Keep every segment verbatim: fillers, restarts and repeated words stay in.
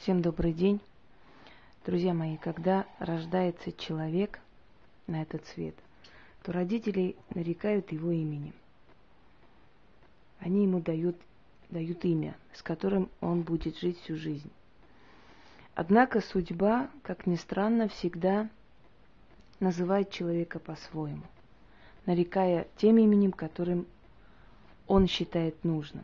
Всем добрый день. Друзья мои, когда рождается человек на этот свет, то родители нарекают его именем. Они ему дают, дают имя, с которым он будет жить всю жизнь. Однако судьба, как ни странно, всегда называет человека по-своему, нарекая тем именем, которым он считает нужным.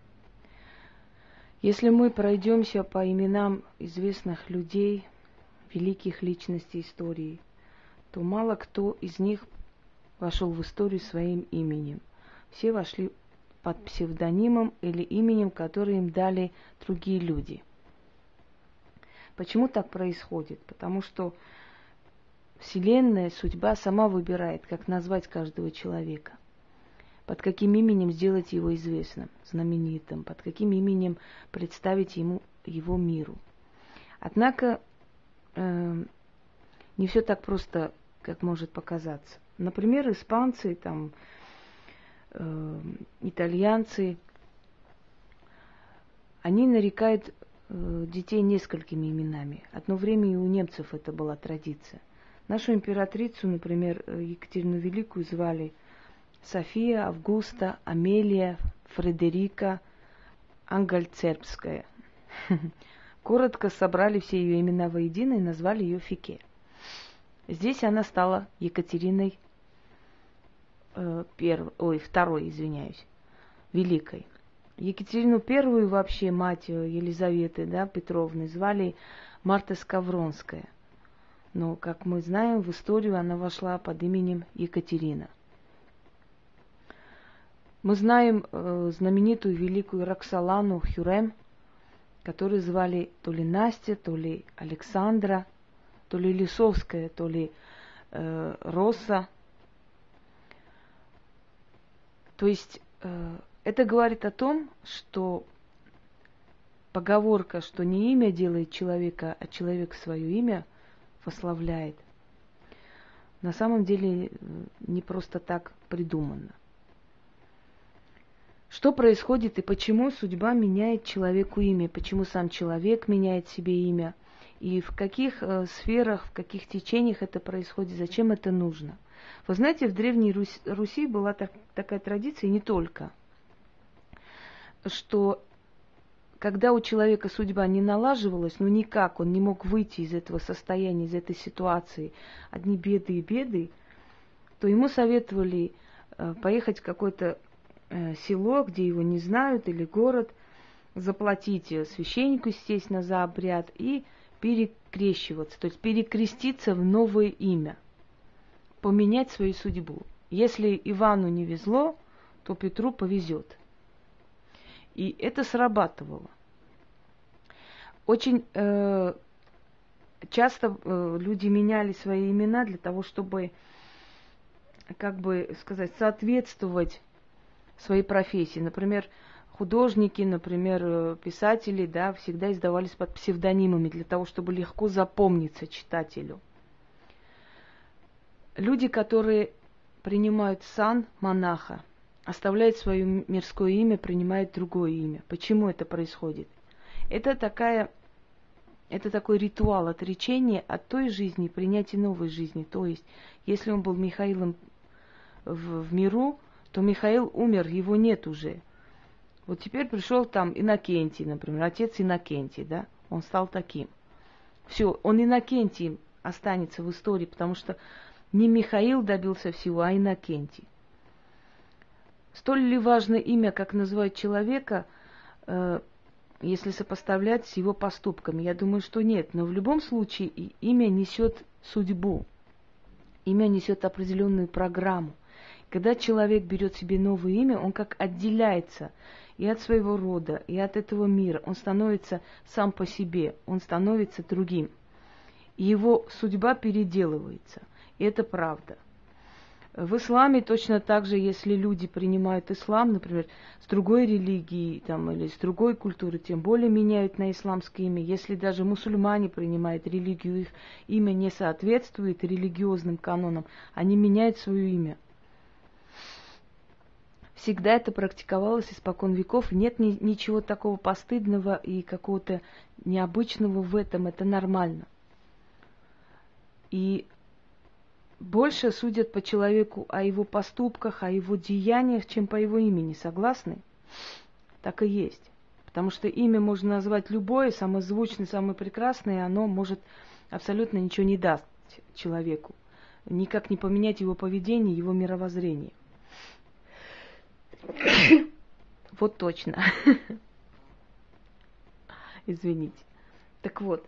Если мы пройдемся по именам известных людей, великих личностей истории, то мало кто из них вошел в историю своим именем. Все вошли под псевдонимом или именем, которое им дали другие люди. Почему так происходит? Потому что Вселенная, судьба сама выбирает, как назвать каждого человека. Под каким именем сделать его известным, знаменитым, под каким именем представить ему его миру. Однако э, не все так просто, как может показаться. Например, испанцы, там, э, итальянцы, они нарекают э, детей несколькими именами. Одно время и у немцев это была традиция. Нашу императрицу, например, Екатерину Великую звали София, Августа, Амелия, Фредерика, Ангальцербская. Коротко собрали все ее имена воедино и назвали ее Фике. Здесь она стала Екатериной э, перв... ой, второй, извиняюсь, Великой. Екатерину Первую вообще, мать Елизаветы, да, Петровны, звали Марта Скавронская. Но, как мы знаем, в историю она вошла под именем Екатерина. Мы знаем э, знаменитую великую Роксолану Хюррем, которую звали то ли Настя, то ли Александра, то ли Лисовская, то ли э, Росса. То есть э, это говорит о том, что поговорка, что не имя делает человека, а человек свое имя восславляет, на самом деле не просто так придумано. Что происходит и почему судьба меняет человеку имя, почему сам человек меняет себе имя, и в каких э, сферах, в каких течениях это происходит, зачем это нужно. Вы знаете, в Древней Руси, Руси была так, такая традиция, не только, что когда у человека судьба не налаживалась, ну никак, он не мог выйти из этого состояния, из этой ситуации, одни беды и беды, то ему советовали э, поехать в какой-то село, где его не знают, или город, заплатить священнику, естественно, за обряд и перекрещиваться, то есть перекреститься в новое имя, поменять свою судьбу. Если Ивану не везло, то Петру повезет. И это срабатывало. Очень э, часто э, люди меняли свои имена для того, чтобы, как бы сказать, соответствовать своей профессии. Например, художники, например, писатели, да, всегда издавались под псевдонимами для того, чтобы легко запомниться читателю. Люди, которые принимают сан монаха, оставляют свое мирское имя, принимают другое имя. Почему это происходит? Это такая, это такой ритуал отречения от той жизни, принятия новой жизни. То есть, если он был Михаилом в, в миру, то Михаил умер, его нет уже. Вот теперь пришел там Иннокентий, например, отец Иннокентий, да, он стал таким. Все, он Иннокентий останется в истории, потому что не Михаил добился всего, а Иннокентий. Столь ли важно имя, как называют человека, э, если сопоставлять с его поступками? Я думаю, что нет, но в любом случае имя несет судьбу, имя несет определенную программу. Когда человек берет себе новое имя, он как отделяется и от своего рода, и от этого мира. Он становится сам по себе, он становится другим. И его судьба переделывается. И это правда. В исламе точно так же, если люди принимают ислам, например, с другой религии там, или с другой культуры, тем более меняют на исламское имя. Если даже мусульмане принимают религию, их имя не соответствует религиозным канонам, они меняют свое имя. Всегда это практиковалось испокон веков. Нет ни, ничего такого постыдного и какого-то необычного в этом. Это нормально. И больше судят по человеку о его поступках, о его деяниях, чем по его имени. Согласны? Так и есть. Потому что имя можно назвать любое, самое звучное, самое прекрасное, и оно может абсолютно ничего не даст человеку. Никак не поменять его поведение, его мировоззрение. Вот точно. Извините. Так вот,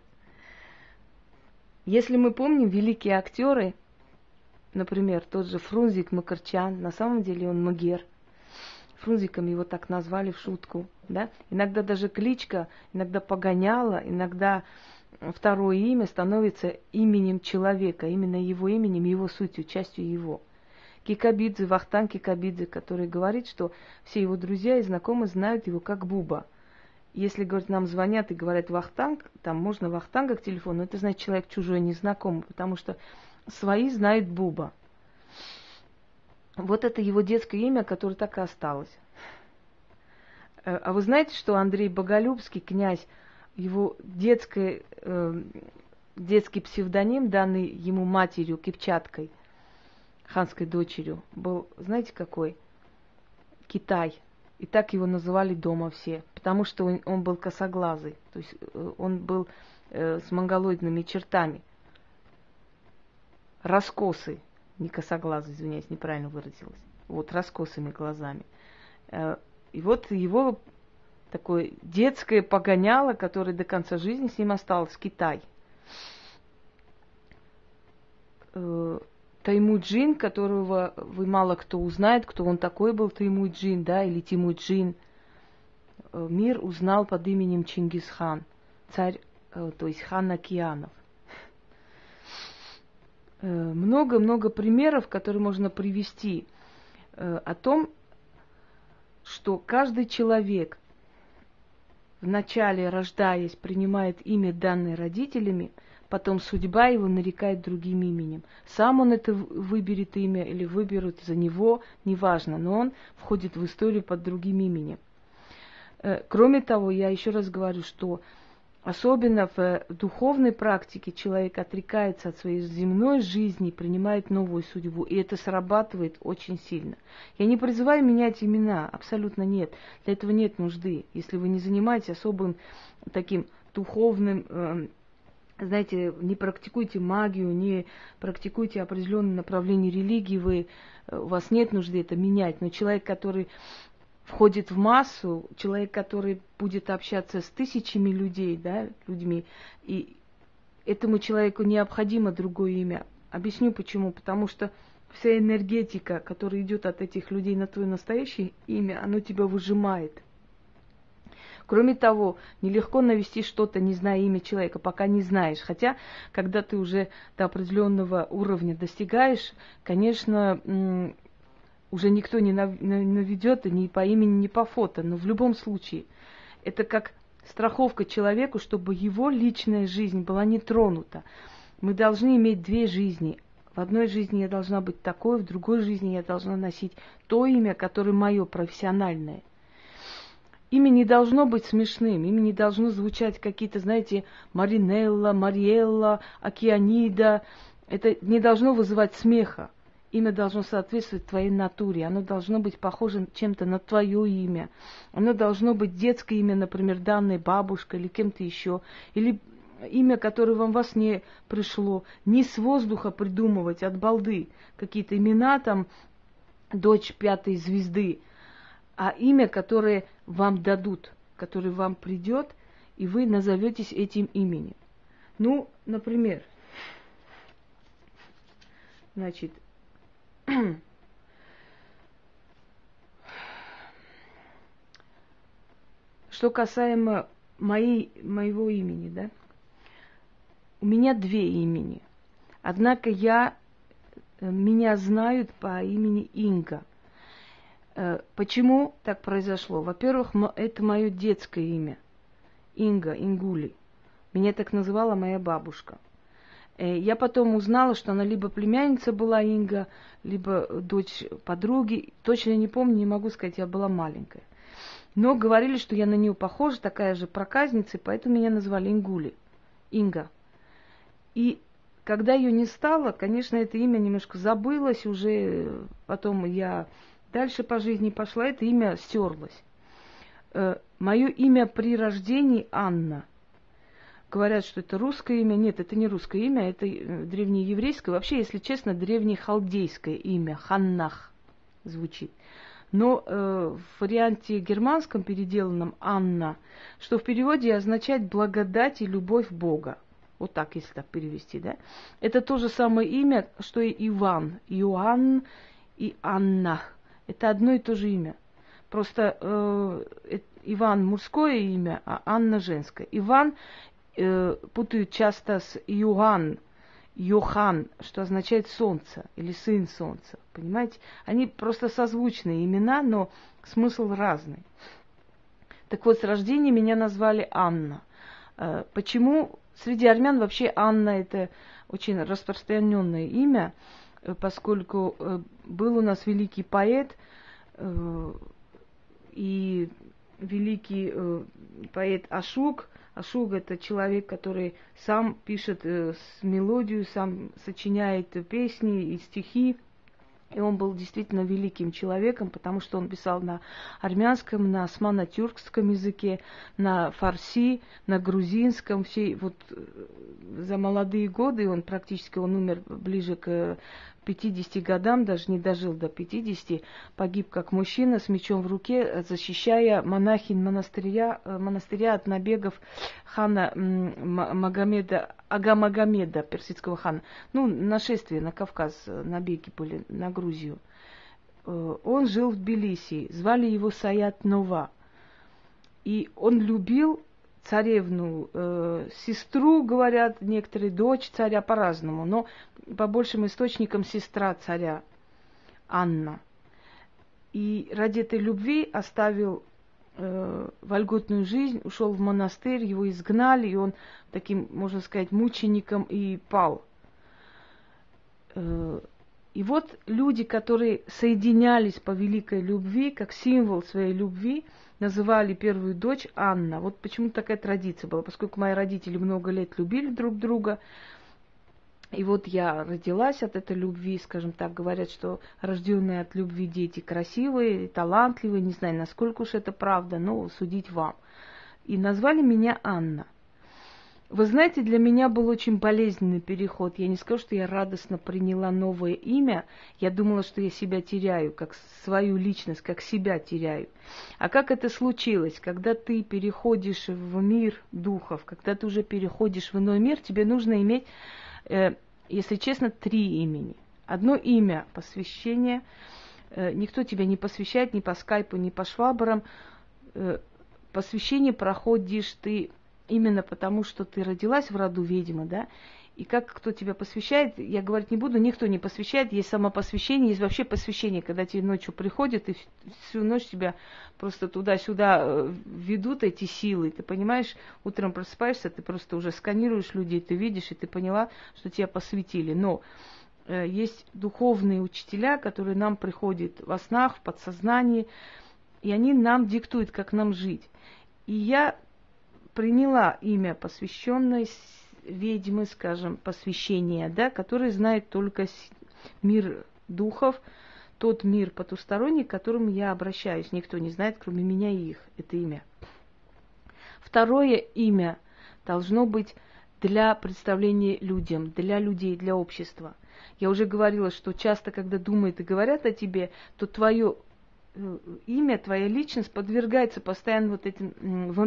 если мы помним, великие актеры, например, тот же Фрунзик Макарчан, на самом деле он Магер. Фрунзиком его так назвали в шутку. Да? Иногда даже кличка, иногда погоняла, иногда второе имя становится именем человека, именно его именем, его сутью, частью его. Кикабидзе, Вахтанг Кикабидзе, который говорит, что все его друзья и знакомые знают его как Буба. Если, говорит, нам звонят и говорят Вахтанг, там можно Вахтанга к телефону, это значит человек чужой, незнакомый, потому что свои знают Буба. Вот это его детское имя, которое так и осталось. А вы знаете, что Андрей Боголюбский, князь, его детское, э, детский псевдоним, данный ему матерью, Кипчаткой, ханской дочерью, был, знаете, какой? Китай. И так его называли дома все, потому что он, он был косоглазый, то есть он был э, с монголоидными чертами. Раскосый, не косоглазый, извиняюсь, неправильно выразилась. Вот, раскосыми глазами. Э, и вот его такое детское погоняло, которое до конца жизни с ним осталось, Китай. Э, Таймуджин, которого вы мало кто узнает, кто он такой был, Таймуджин, да, или Тимуджин. Мир узнал под именем Чингисхан, царь, то есть хан океанов. Много-много примеров, которые можно привести о том, что каждый человек, вначале рождаясь, принимает имя, данное родителями, потом судьба его нарекает другим именем. Сам он это выберет имя или выберут за него, неважно, но он входит в историю под другим именем. Кроме того, я еще раз говорю, что особенно в духовной практике человек отрекается от своей земной жизни, принимает новую судьбу, и это срабатывает очень сильно. Я не призываю менять имена, абсолютно нет. Для этого нет нужды. Если вы не занимаетесь особым таким духовным, знаете, не практикуйте магию, не практикуйте определенное направление религии, вы, у вас нет нужды это менять. Но человек, который входит в массу, человек, который будет общаться с тысячами людей, да, людьми, и этому человеку необходимо другое имя. Объясню почему. Потому что вся энергетика, которая идет от этих людей на твое настоящее имя, оно тебя выжимает. Кроме того, нелегко навести что-то, не зная имя человека, пока не знаешь. Хотя, когда ты уже до определенного уровня достигаешь, конечно, уже никто не наведет ни по имени, ни по фото. Но в любом случае, это как страховка человеку, чтобы его личная жизнь была не тронута. Мы должны иметь две жизни. В одной жизни я должна быть такой, в другой жизни я должна носить то имя, которое мое, профессиональное. Имя не должно быть смешным, имя не должно звучать какие-то, знаете, Маринелла, Мариэлла, Океанида. Это не должно вызывать смеха. Имя должно соответствовать твоей натуре, оно должно быть похоже чем-то на твое имя. Оно должно быть детское имя, например, данной бабушкой или кем-то еще. Или имя, которое вам во сне пришло. Не с воздуха придумывать, от балды. Какие-то имена там, дочь пятой звезды. А имя, которое вам дадут, которое вам придет, и вы назоветесь этим именем. Ну, например, значит, что касаемо моей, моего имени, да, у меня две имени. Однако я, меня знают по имени Инга. Почему так произошло? Во-первых, это мое детское имя. Инга, Ингули. Меня так называла моя бабушка. Я потом узнала, что она либо племянница была Инга, либо дочь подруги. Точно не помню, не могу сказать, я была маленькая. Но говорили, что я на нее похожа, такая же проказница, и поэтому меня назвали Ингули. Инга. И когда ее не стало, конечно, это имя немножко забылось, уже потом я дальше по жизни пошла, это имя стерлось. Мое имя при рождении Анна. Говорят, что это русское имя. Нет, это не русское имя, это древнееврейское. Вообще, если честно, древнехалдейское имя. Ханнах звучит. Но э, в варианте германском, переделанном Анна, что в переводе означает благодать и любовь Бога. Вот так, если так перевести, да. Это то же самое имя, что и Иван. Иоанн и Анна. Это одно и то же имя. Просто э, Иван мужское имя, а Анна женское. Иван э, путают часто с Иоанн, Йохан, что означает солнце или сын солнца. Понимаете? Они просто созвучные имена, но смысл разный. Так вот, с рождения меня назвали Анна. Э, почему? Среди армян вообще Анна это очень распространенное имя, э, поскольку э, был у нас великий поэт, э, и великий э, поэт Ашук. Ашук – это человек, который сам пишет э, мелодию, сам сочиняет песни и стихи. И он был действительно великим человеком, потому что он писал на армянском, на османо-тюркском языке, на фарси, на грузинском. Все, вот, за молодые годы, он практически он умер ближе к пятидесяти годам, даже не дожил до пятидесяти, погиб как мужчина с мечом в руке, защищая монахинь монастыря, монастыря от набегов хана Магомеда, Ага Магомеда, персидского хана. Ну, нашествие на Кавказ, набеги были на Грузию. Он жил в Тбилиси, звали его Саят Нова. И он любил царевну, э, сестру, говорят некоторые, дочь царя по-разному, но по большим источникам сестра царя Анна. И ради этой любви оставил э, вольготную жизнь, ушел в монастырь, его изгнали, и он таким, можно сказать, мучеником и пал. Э, и вот люди, которые соединялись по великой любви, как символ своей любви, называли первую дочь Анна. Вот почему такая традиция была, поскольку мои родители много лет любили друг друга. И вот я родилась от этой любви, скажем так, говорят, что рожденные от любви дети красивые, талантливые, не знаю, насколько уж это правда, но судить вам. И назвали меня Анна. Вы знаете, для меня был очень болезненный переход. Я не скажу, что я радостно приняла новое имя. Я думала, что я себя теряю, как свою личность, как себя теряю. А как это случилось? Когда ты переходишь в мир духов, когда ты уже переходишь в иной мир, тебе нужно иметь, э, если честно, три имени. Одно имя посвящение. Э, никто тебя не посвящает ни по скайпу, ни по швабрам. Э, посвящение проходишь ты именно потому, что ты родилась в роду ведьмы, да, и как кто тебя посвящает, я говорить не буду, никто не посвящает, есть самопосвящение, есть вообще посвящение, когда тебе ночью приходят и всю ночь тебя просто туда-сюда ведут эти силы, ты понимаешь, утром просыпаешься, ты просто уже сканируешь людей, ты видишь, и ты поняла, что тебя посвятили, но э, есть духовные учителя, которые нам приходят во снах, в подсознании, и они нам диктуют, как нам жить, и я приняла имя посвященной ведьмы, скажем, посвящения, да, который знает только мир духов, тот мир потусторонний, к которому я обращаюсь. Никто не знает, кроме меня и их, это имя. Второе имя должно быть для представления людям, для людей, для общества. Я уже говорила, что часто, когда думают и говорят о тебе, то твое имя, твоя личность подвергается постоянно вот этим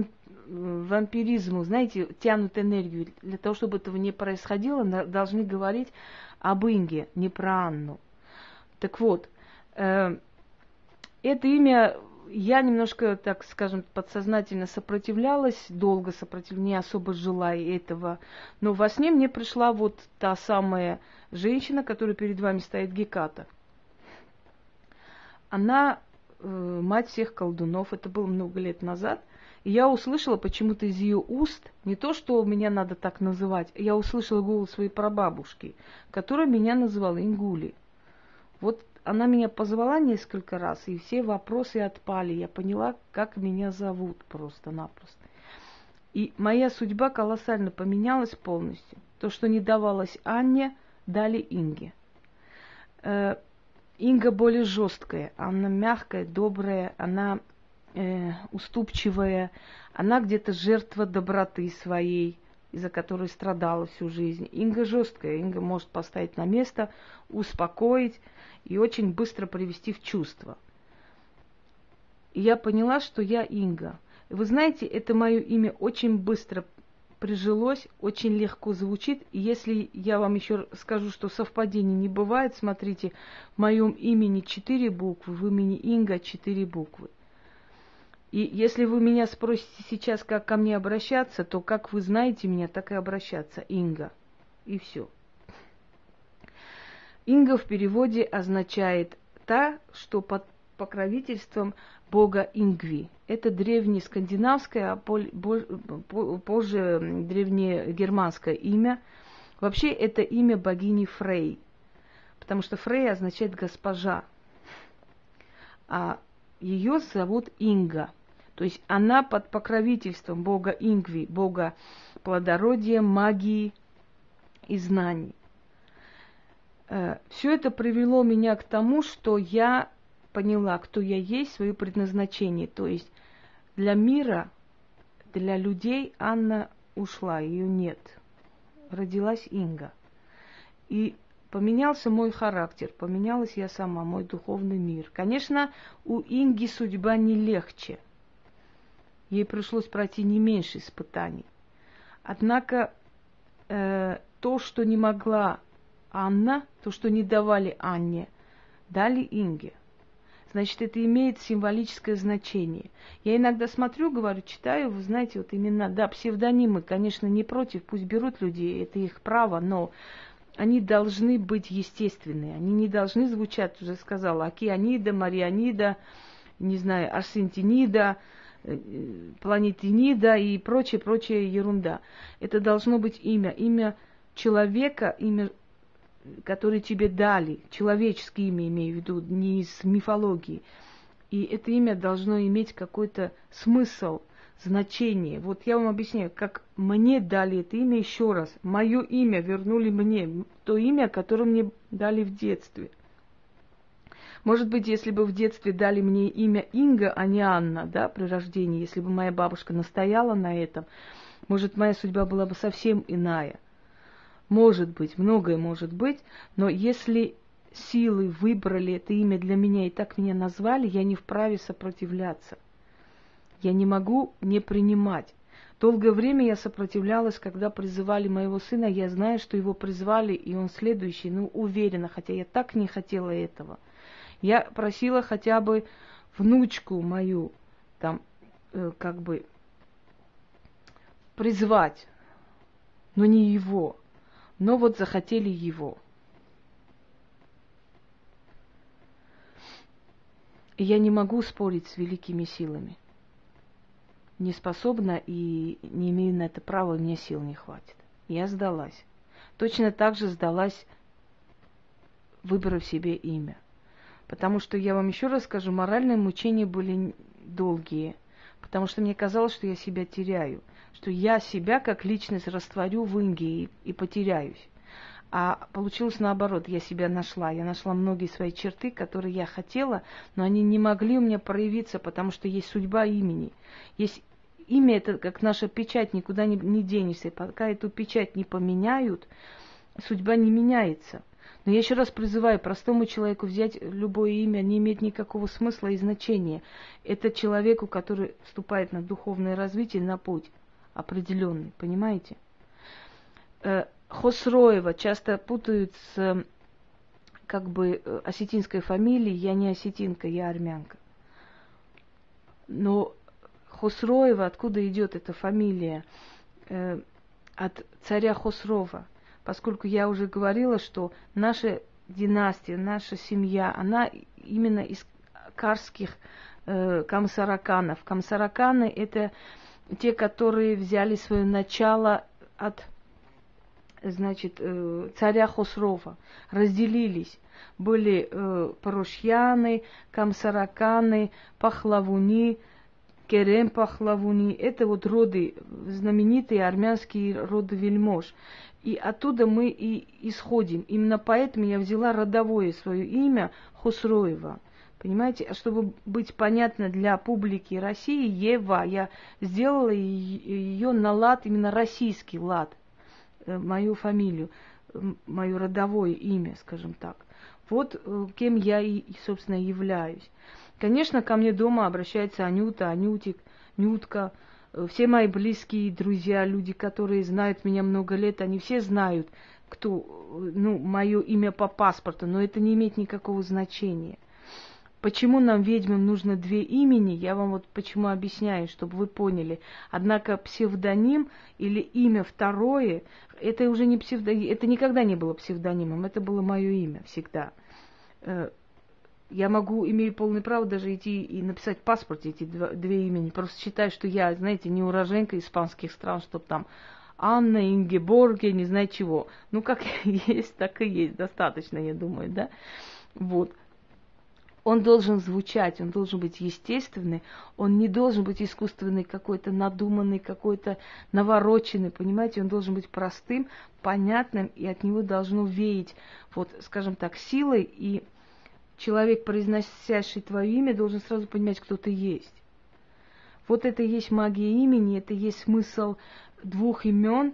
вампиризму, знаете, тянут энергию. Для того, чтобы этого не происходило, должны говорить об Инге, не про Анну. Так вот, э, это имя я немножко, так скажем, подсознательно сопротивлялась, долго сопротивлялась, не особо желая этого. Но во сне мне пришла вот та самая женщина, которая перед вами стоит, Геката. Она э, мать всех колдунов, это было много лет назад. И я услышала почему-то из ее уст, не то, что меня надо так называть, я услышала голос своей прабабушки, которая меня называла Ингули. Вот она меня позвала несколько раз, и все вопросы отпали. Я поняла, как меня зовут просто-напросто. И моя судьба колоссально поменялась полностью. То, что не давалось Анне, дали Инге. Э, Инга более жесткая, она мягкая, добрая, она э, уступчивая, она где-то жертва доброты своей, из-за которой страдала всю жизнь. Инга жесткая, Инга может поставить на место, успокоить и очень быстро привести в чувство. И я поняла, что я Инга. И вы знаете, это мое имя очень быстро прижилось, очень легко звучит. И если я вам еще скажу, что совпадений не бывает, смотрите, в моем имени четыре буквы, в имени Инга четыре буквы. И если вы меня спросите сейчас, как ко мне обращаться, то как вы знаете меня, так и обращаться. Инга. И все. Инга в переводе означает та, что под покровительством бога Ингви. Это древнескандинавское, а позже древнегерманское имя. Вообще это имя богини Фрей, потому что Фрей означает госпожа, а ее зовут Инга. То есть она под покровительством бога Ингви, бога плодородия, магии и знаний. Все это привело меня к тому, что я поняла, кто я есть, свое предназначение. То есть для мира, для людей Анна ушла, ее нет. Родилась Инга. И поменялся мой характер, поменялась я сама, мой духовный мир. Конечно, у Инги судьба не легче. Ей пришлось пройти не меньше испытаний. Однако э, то, что не могла Анна, то, что не давали Анне, дали Инге. Значит, это имеет символическое значение. Я иногда смотрю, говорю, читаю, вы знаете, вот именно, да, псевдонимы, конечно, не против, пусть берут людей, это их право, но они должны быть естественные, они не должны звучать, уже сказала, Океанида, Марианида, не знаю, Арсентинида, Планетинида и прочая-прочая ерунда. Это должно быть имя, имя человека, имя, которое тебе дали, человеческое имя, имею в виду, не из мифологии. И это имя должно иметь какой-то смысл, значение. Вот я вам объясняю, как мне дали это имя еще раз. Мое имя вернули мне, то имя, которое мне дали в детстве. Может быть, если бы в детстве дали мне имя Инга, а не Анна, да, при рождении, если бы моя бабушка настояла на этом, может, моя судьба была бы совсем иная. Может быть, многое может быть, но если силы выбрали это имя для меня и так меня назвали, я не вправе сопротивляться. Я не могу не принимать. Долгое время я сопротивлялась, когда призывали моего сына. Я знаю, что его призвали, и он следующий, ну, уверена, хотя я так не хотела этого. Я просила хотя бы внучку мою, там, э, как бы, призвать, но не его. Но вот захотели его. И я не могу спорить с великими силами. Не способна и не имею на это права, у меня сил не хватит. Я сдалась. Точно так же сдалась, выбрав себе имя. Потому что, я вам еще раз скажу, моральные мучения были долгие. Потому что мне казалось, что я себя теряю. Что я себя как личность растворю в Инге и, и потеряюсь. А получилось наоборот, я себя нашла. Я нашла многие свои черты, которые я хотела, но они не могли у меня проявиться, потому что есть судьба имени. Есть имя, это как наша печать, никуда не, не денешься. Пока эту печать не поменяют, судьба не меняется. Но я еще раз призываю простому человеку взять любое имя, не имеет никакого смысла и значения. Это человеку, который вступает на духовное развитие, на путь определенный, понимаете? Хосроева часто путают с, как бы, осетинской фамилией. Я не осетинка, я армянка. Но Хосроева, откуда идет эта фамилия? Э, от царя Хосрова. Поскольку я уже говорила, что наша династия, наша семья, она именно из карских э, камсараканов. Камсараканы – это те, которые взяли свое начало от, значит, э, царя Хосрова, разделились. Были э, парушьяны, камсараканы, пахлавуни, керем пахлавуни. Это вот роды, знаменитые армянские роды вельмож. И оттуда мы и исходим. Именно поэтому я взяла родовое свое имя Хосроева. Понимаете, а чтобы быть понятно для публики России, Ева, я сделала ее на лад, именно российский лад, мою фамилию, мое родовое имя, скажем так. Вот кем я и, собственно, являюсь. Конечно, ко мне дома обращается Анюта, Анютик, Нютка. Все мои близкие друзья, люди, которые знают меня много лет, они все знают, кто, ну, мое имя по паспорту, но это не имеет никакого значения. Почему нам, ведьмам, нужно две имени, я вам вот почему объясняю, чтобы вы поняли. Однако псевдоним или имя второе, это уже не псевдоним, это никогда не было псевдонимом, это было мое имя всегда. Я могу, имею полное право даже идти и написать в паспорте эти два, две имени. Просто считаю, что я, знаете, не уроженка испанских стран, чтобы там Анна, Ингеборге, не знаю чего. Ну, как есть, так и есть. Достаточно, я думаю, да? Вот. Он должен звучать, он должен быть естественный, он не должен быть искусственный, какой-то надуманный, какой-то навороченный, понимаете? Он должен быть простым, понятным, и от него должно веять, вот, скажем так, силой, и человек, произносящий твое имя, должен сразу понимать, кто ты есть. Вот это и есть магия имени, это и есть смысл двух имен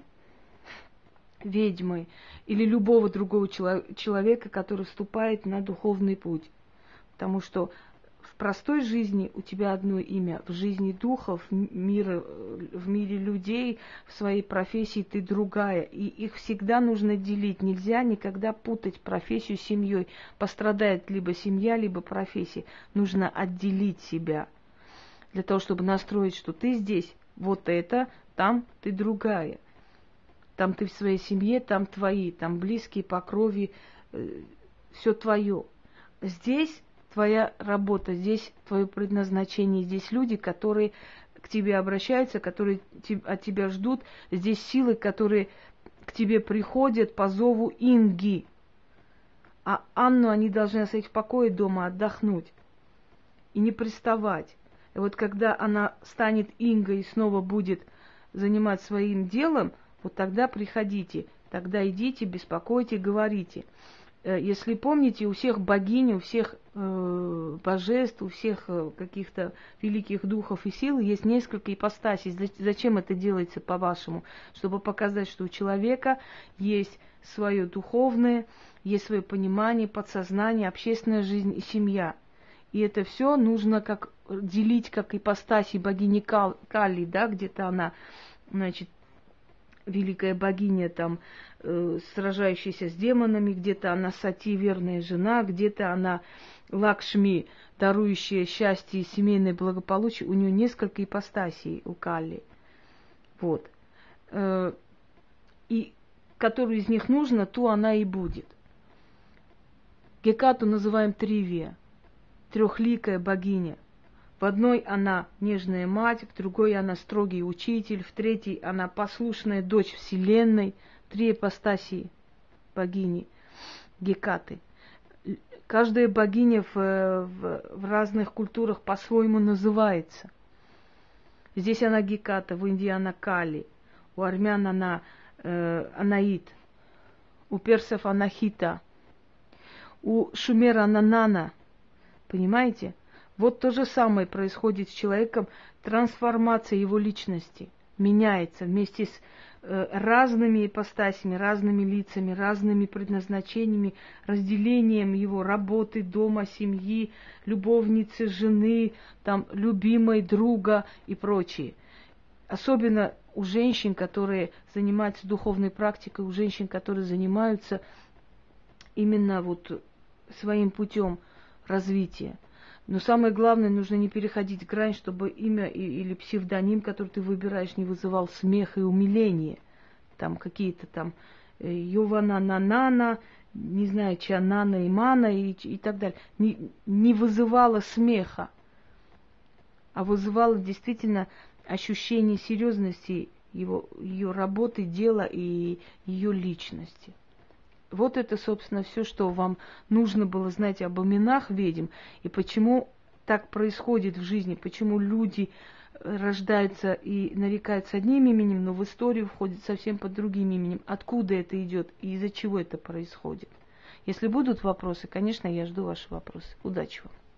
ведьмы или любого другого человека, который вступает на духовный путь. Потому что в простой жизни у тебя одно имя, в жизни духов, мира, в мире людей, в своей профессии ты другая. И их всегда нужно делить. Нельзя никогда путать профессию с семьей. Пострадает либо семья, либо профессия. Нужно отделить себя. Для того, чтобы настроить, что ты здесь, вот это, там ты другая. Там ты в своей семье, там твои, там близкие по крови, э, все твое. Здесь твоя работа, здесь твое предназначение, здесь люди, которые к тебе обращаются, которые от тебя ждут, здесь силы, которые к тебе приходят по зову Инги. А Анну они должны оставить в покое дома, отдохнуть и не приставать. И вот когда она станет Ингой и снова будет занимать своим делом, вот тогда приходите, тогда идите, беспокойте, говорите. Если помните, у всех богинь, у всех э, божеств, у всех э, каких-то великих духов и сил есть несколько ипостасей. Зачем это делается, по-вашему? Чтобы показать, что у человека есть свое духовное, есть свое понимание, подсознание, общественная жизнь и семья. И это все нужно как делить, как ипостаси богини Кал, Кали, да, где-то она, значит, великая богиня, там, э, сражающаяся с демонами, где-то она Сати, верная жена, где-то она Лакшми, дарующая счастье и семейное благополучие. У нее несколько ипостасей у Кали. Вот. Э, и которую из них нужно, ту она и будет. Гекату называем Тривия, трехликая богиня. В одной она нежная мать, в другой она строгий учитель, в третьей она послушная дочь Вселенной. Три ипостаси богини Гекаты. Каждая богиня в, в, в разных культурах по-своему называется. Здесь она Геката, в Индии она Кали, у армян она э, Анаит, у персов она Хита, у шумера она Нана. Понимаете? Вот то же самое происходит с человеком, трансформация его личности меняется вместе с э, разными ипостасями, разными лицами, разными предназначениями, разделением его работы, дома, семьи, любовницы, жены, там, любимой, друга и прочее. Особенно у женщин, которые занимаются духовной практикой, у женщин, которые занимаются именно вот своим путем развития. Но самое главное, нужно не переходить грань, чтобы имя или псевдоним, который ты выбираешь, не вызывал смех и умиление. Там какие-то там Йована, Нанана, не знаю, Чанана, Имана и, и так далее. Не, не вызывало смеха. а вызывало действительно ощущение серьезности его, ее работы, дела и ее личности. Вот это, собственно, все, что вам нужно было знать об именах ведьм, и почему так происходит в жизни, почему люди рождаются и нарекаются одним именем, но в историю входят совсем под другим именем. Откуда это идет и из-за чего это происходит? Если будут вопросы, конечно, я жду ваши вопросы. Удачи вам!